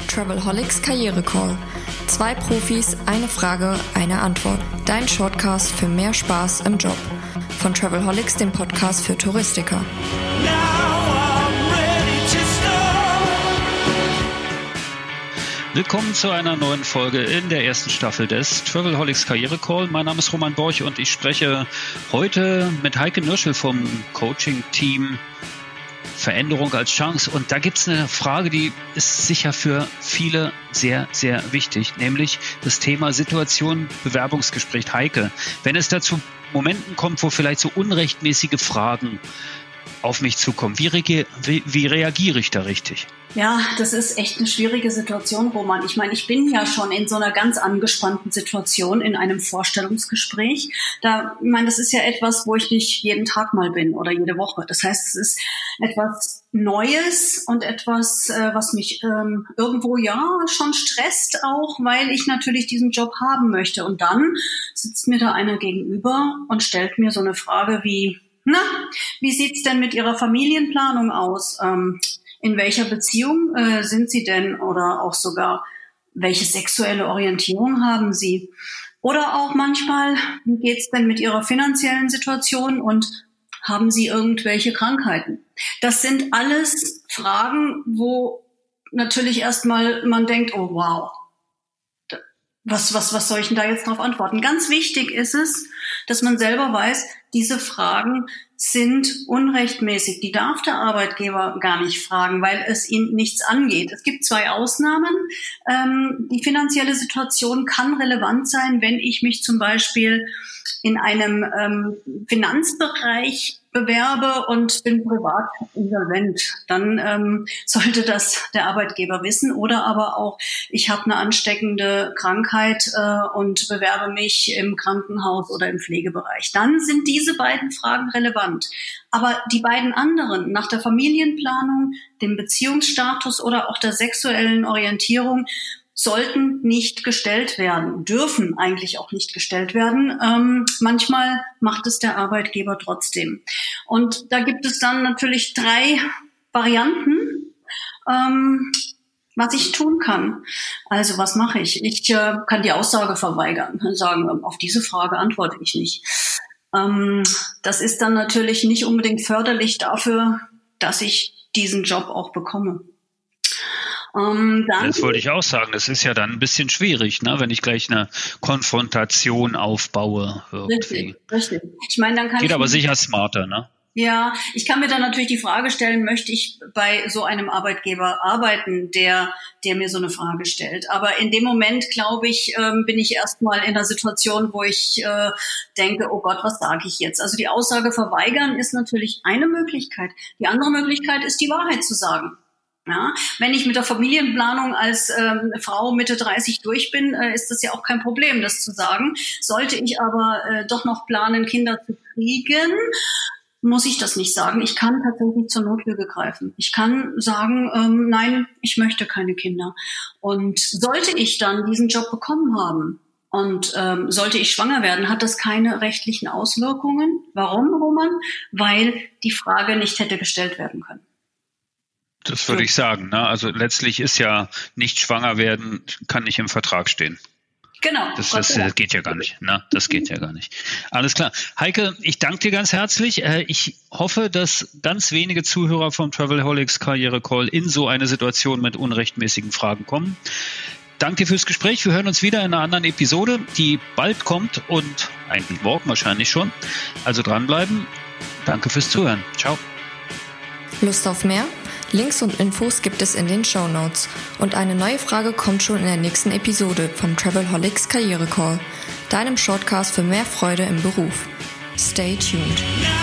Travelholics Karriere Call. 2 Profis, eine Frage, eine Antwort. Dein Shortcast für mehr Spaß im Job. Von Travelholics, dem Podcast für Touristiker. Willkommen zu einer neuen Folge in der ersten Staffel des Travelholics Karriere Call. Mein Name ist Roman Borch und ich spreche heute mit Heike Nürschel vom Coaching-Team Veränderung als Chance. Und da gibt es eine Frage, die ist sicher für viele sehr, sehr wichtig, nämlich das Thema Situation, Bewerbungsgespräch. Heike, wenn es dazu Momenten kommt, wo vielleicht so unrechtmäßige Fragen auf mich zukommen, wie reagiere ich da richtig? Ja, das ist echt eine schwierige Situation, Roman. Ich meine, ich bin ja schon in so einer ganz angespannten Situation in einem Vorstellungsgespräch. Das ist ja etwas, wo ich nicht jeden Tag mal bin oder jede Woche. Das heißt, es ist etwas Neues und etwas, was mich irgendwo ja schon stresst auch, weil ich natürlich diesen Job haben möchte. Und dann sitzt mir da einer gegenüber und stellt mir so eine Frage wie, wie sieht's denn mit Ihrer Familienplanung aus? In welcher Beziehung sind Sie denn? Oder auch sogar, welche sexuelle Orientierung haben Sie? Oder auch manchmal, wie geht's denn mit Ihrer finanziellen Situation und haben Sie irgendwelche Krankheiten? Das sind alles Fragen, wo natürlich erstmal man denkt, oh wow, was soll ich denn da jetzt drauf antworten? Ganz wichtig ist es, dass man selber weiß, diese Fragen sind unrechtmäßig. Die darf der Arbeitgeber gar nicht fragen, weil es ihn nichts angeht. Es gibt 2 Ausnahmen. Die finanzielle Situation kann relevant sein, wenn ich mich zum Beispiel in einem Finanzbereich bewerbe und bin privat insolvent, dann sollte das der Arbeitgeber wissen. Oder aber auch, ich habe eine ansteckende Krankheit und bewerbe mich im Krankenhaus oder im Pflegebereich. Dann sind diese beiden Fragen relevant. Aber die beiden anderen, nach der Familienplanung, dem Beziehungsstatus oder auch der sexuellen Orientierung, sollten nicht gestellt werden, dürfen eigentlich auch nicht gestellt werden. Manchmal macht es der Arbeitgeber trotzdem. Und da gibt es dann natürlich 3 Varianten, was ich tun kann. Also was mache ich? Ich kann die Aussage verweigern, sagen, auf diese Frage antworte ich nicht. Das ist dann natürlich nicht unbedingt förderlich dafür, dass ich diesen Job auch bekomme. Das wollte ich auch sagen. Das ist ja dann ein bisschen schwierig, ne? Wenn ich gleich eine Konfrontation aufbaue. Irgendwie. Richtig. Ich meine, dann kann geht aber sicher smarter, ne? Ja, ich kann mir dann natürlich die Frage stellen, möchte ich bei so einem Arbeitgeber arbeiten, der mir so eine Frage stellt. Aber in dem Moment, glaube ich, bin ich erstmal in einer Situation, wo ich denke, oh Gott, was sage ich jetzt? Also die Aussage verweigern ist natürlich eine Möglichkeit. Die andere Möglichkeit ist, die Wahrheit zu sagen. Ja, wenn ich mit der Familienplanung als Frau Mitte 30 durch bin, ist das ja auch kein Problem, das zu sagen. Sollte ich aber doch noch planen, Kinder zu kriegen, muss ich das nicht sagen. Ich kann tatsächlich zur Notlüge greifen. Ich kann sagen, nein, ich möchte keine Kinder. Und sollte ich dann diesen Job bekommen haben und sollte ich schwanger werden, hat das keine rechtlichen Auswirkungen. Warum, Roman? Weil die Frage nicht hätte gestellt werden können. Das würde ich sagen, ne? Also letztlich ist ja nicht schwanger werden, kann nicht im Vertrag stehen. Genau. Das geht ja gar nicht. Ne? Das geht ja gar nicht. Alles klar. Heike, ich danke dir ganz herzlich. Ich hoffe, dass ganz wenige Zuhörer vom Travelholics Karriere Call in so eine Situation mit unrechtmäßigen Fragen kommen. Danke dir fürs Gespräch. Wir hören uns wieder in einer anderen Episode, die bald kommt und eigentlich morgen wahrscheinlich schon. Also dranbleiben. Danke fürs Zuhören. Ciao. Lust auf mehr? Links und Infos gibt es in den Shownotes. Und eine neue Frage kommt schon in der nächsten Episode vom Travelholics Karriere Call, deinem Shortcast für mehr Freude im Beruf. Stay tuned.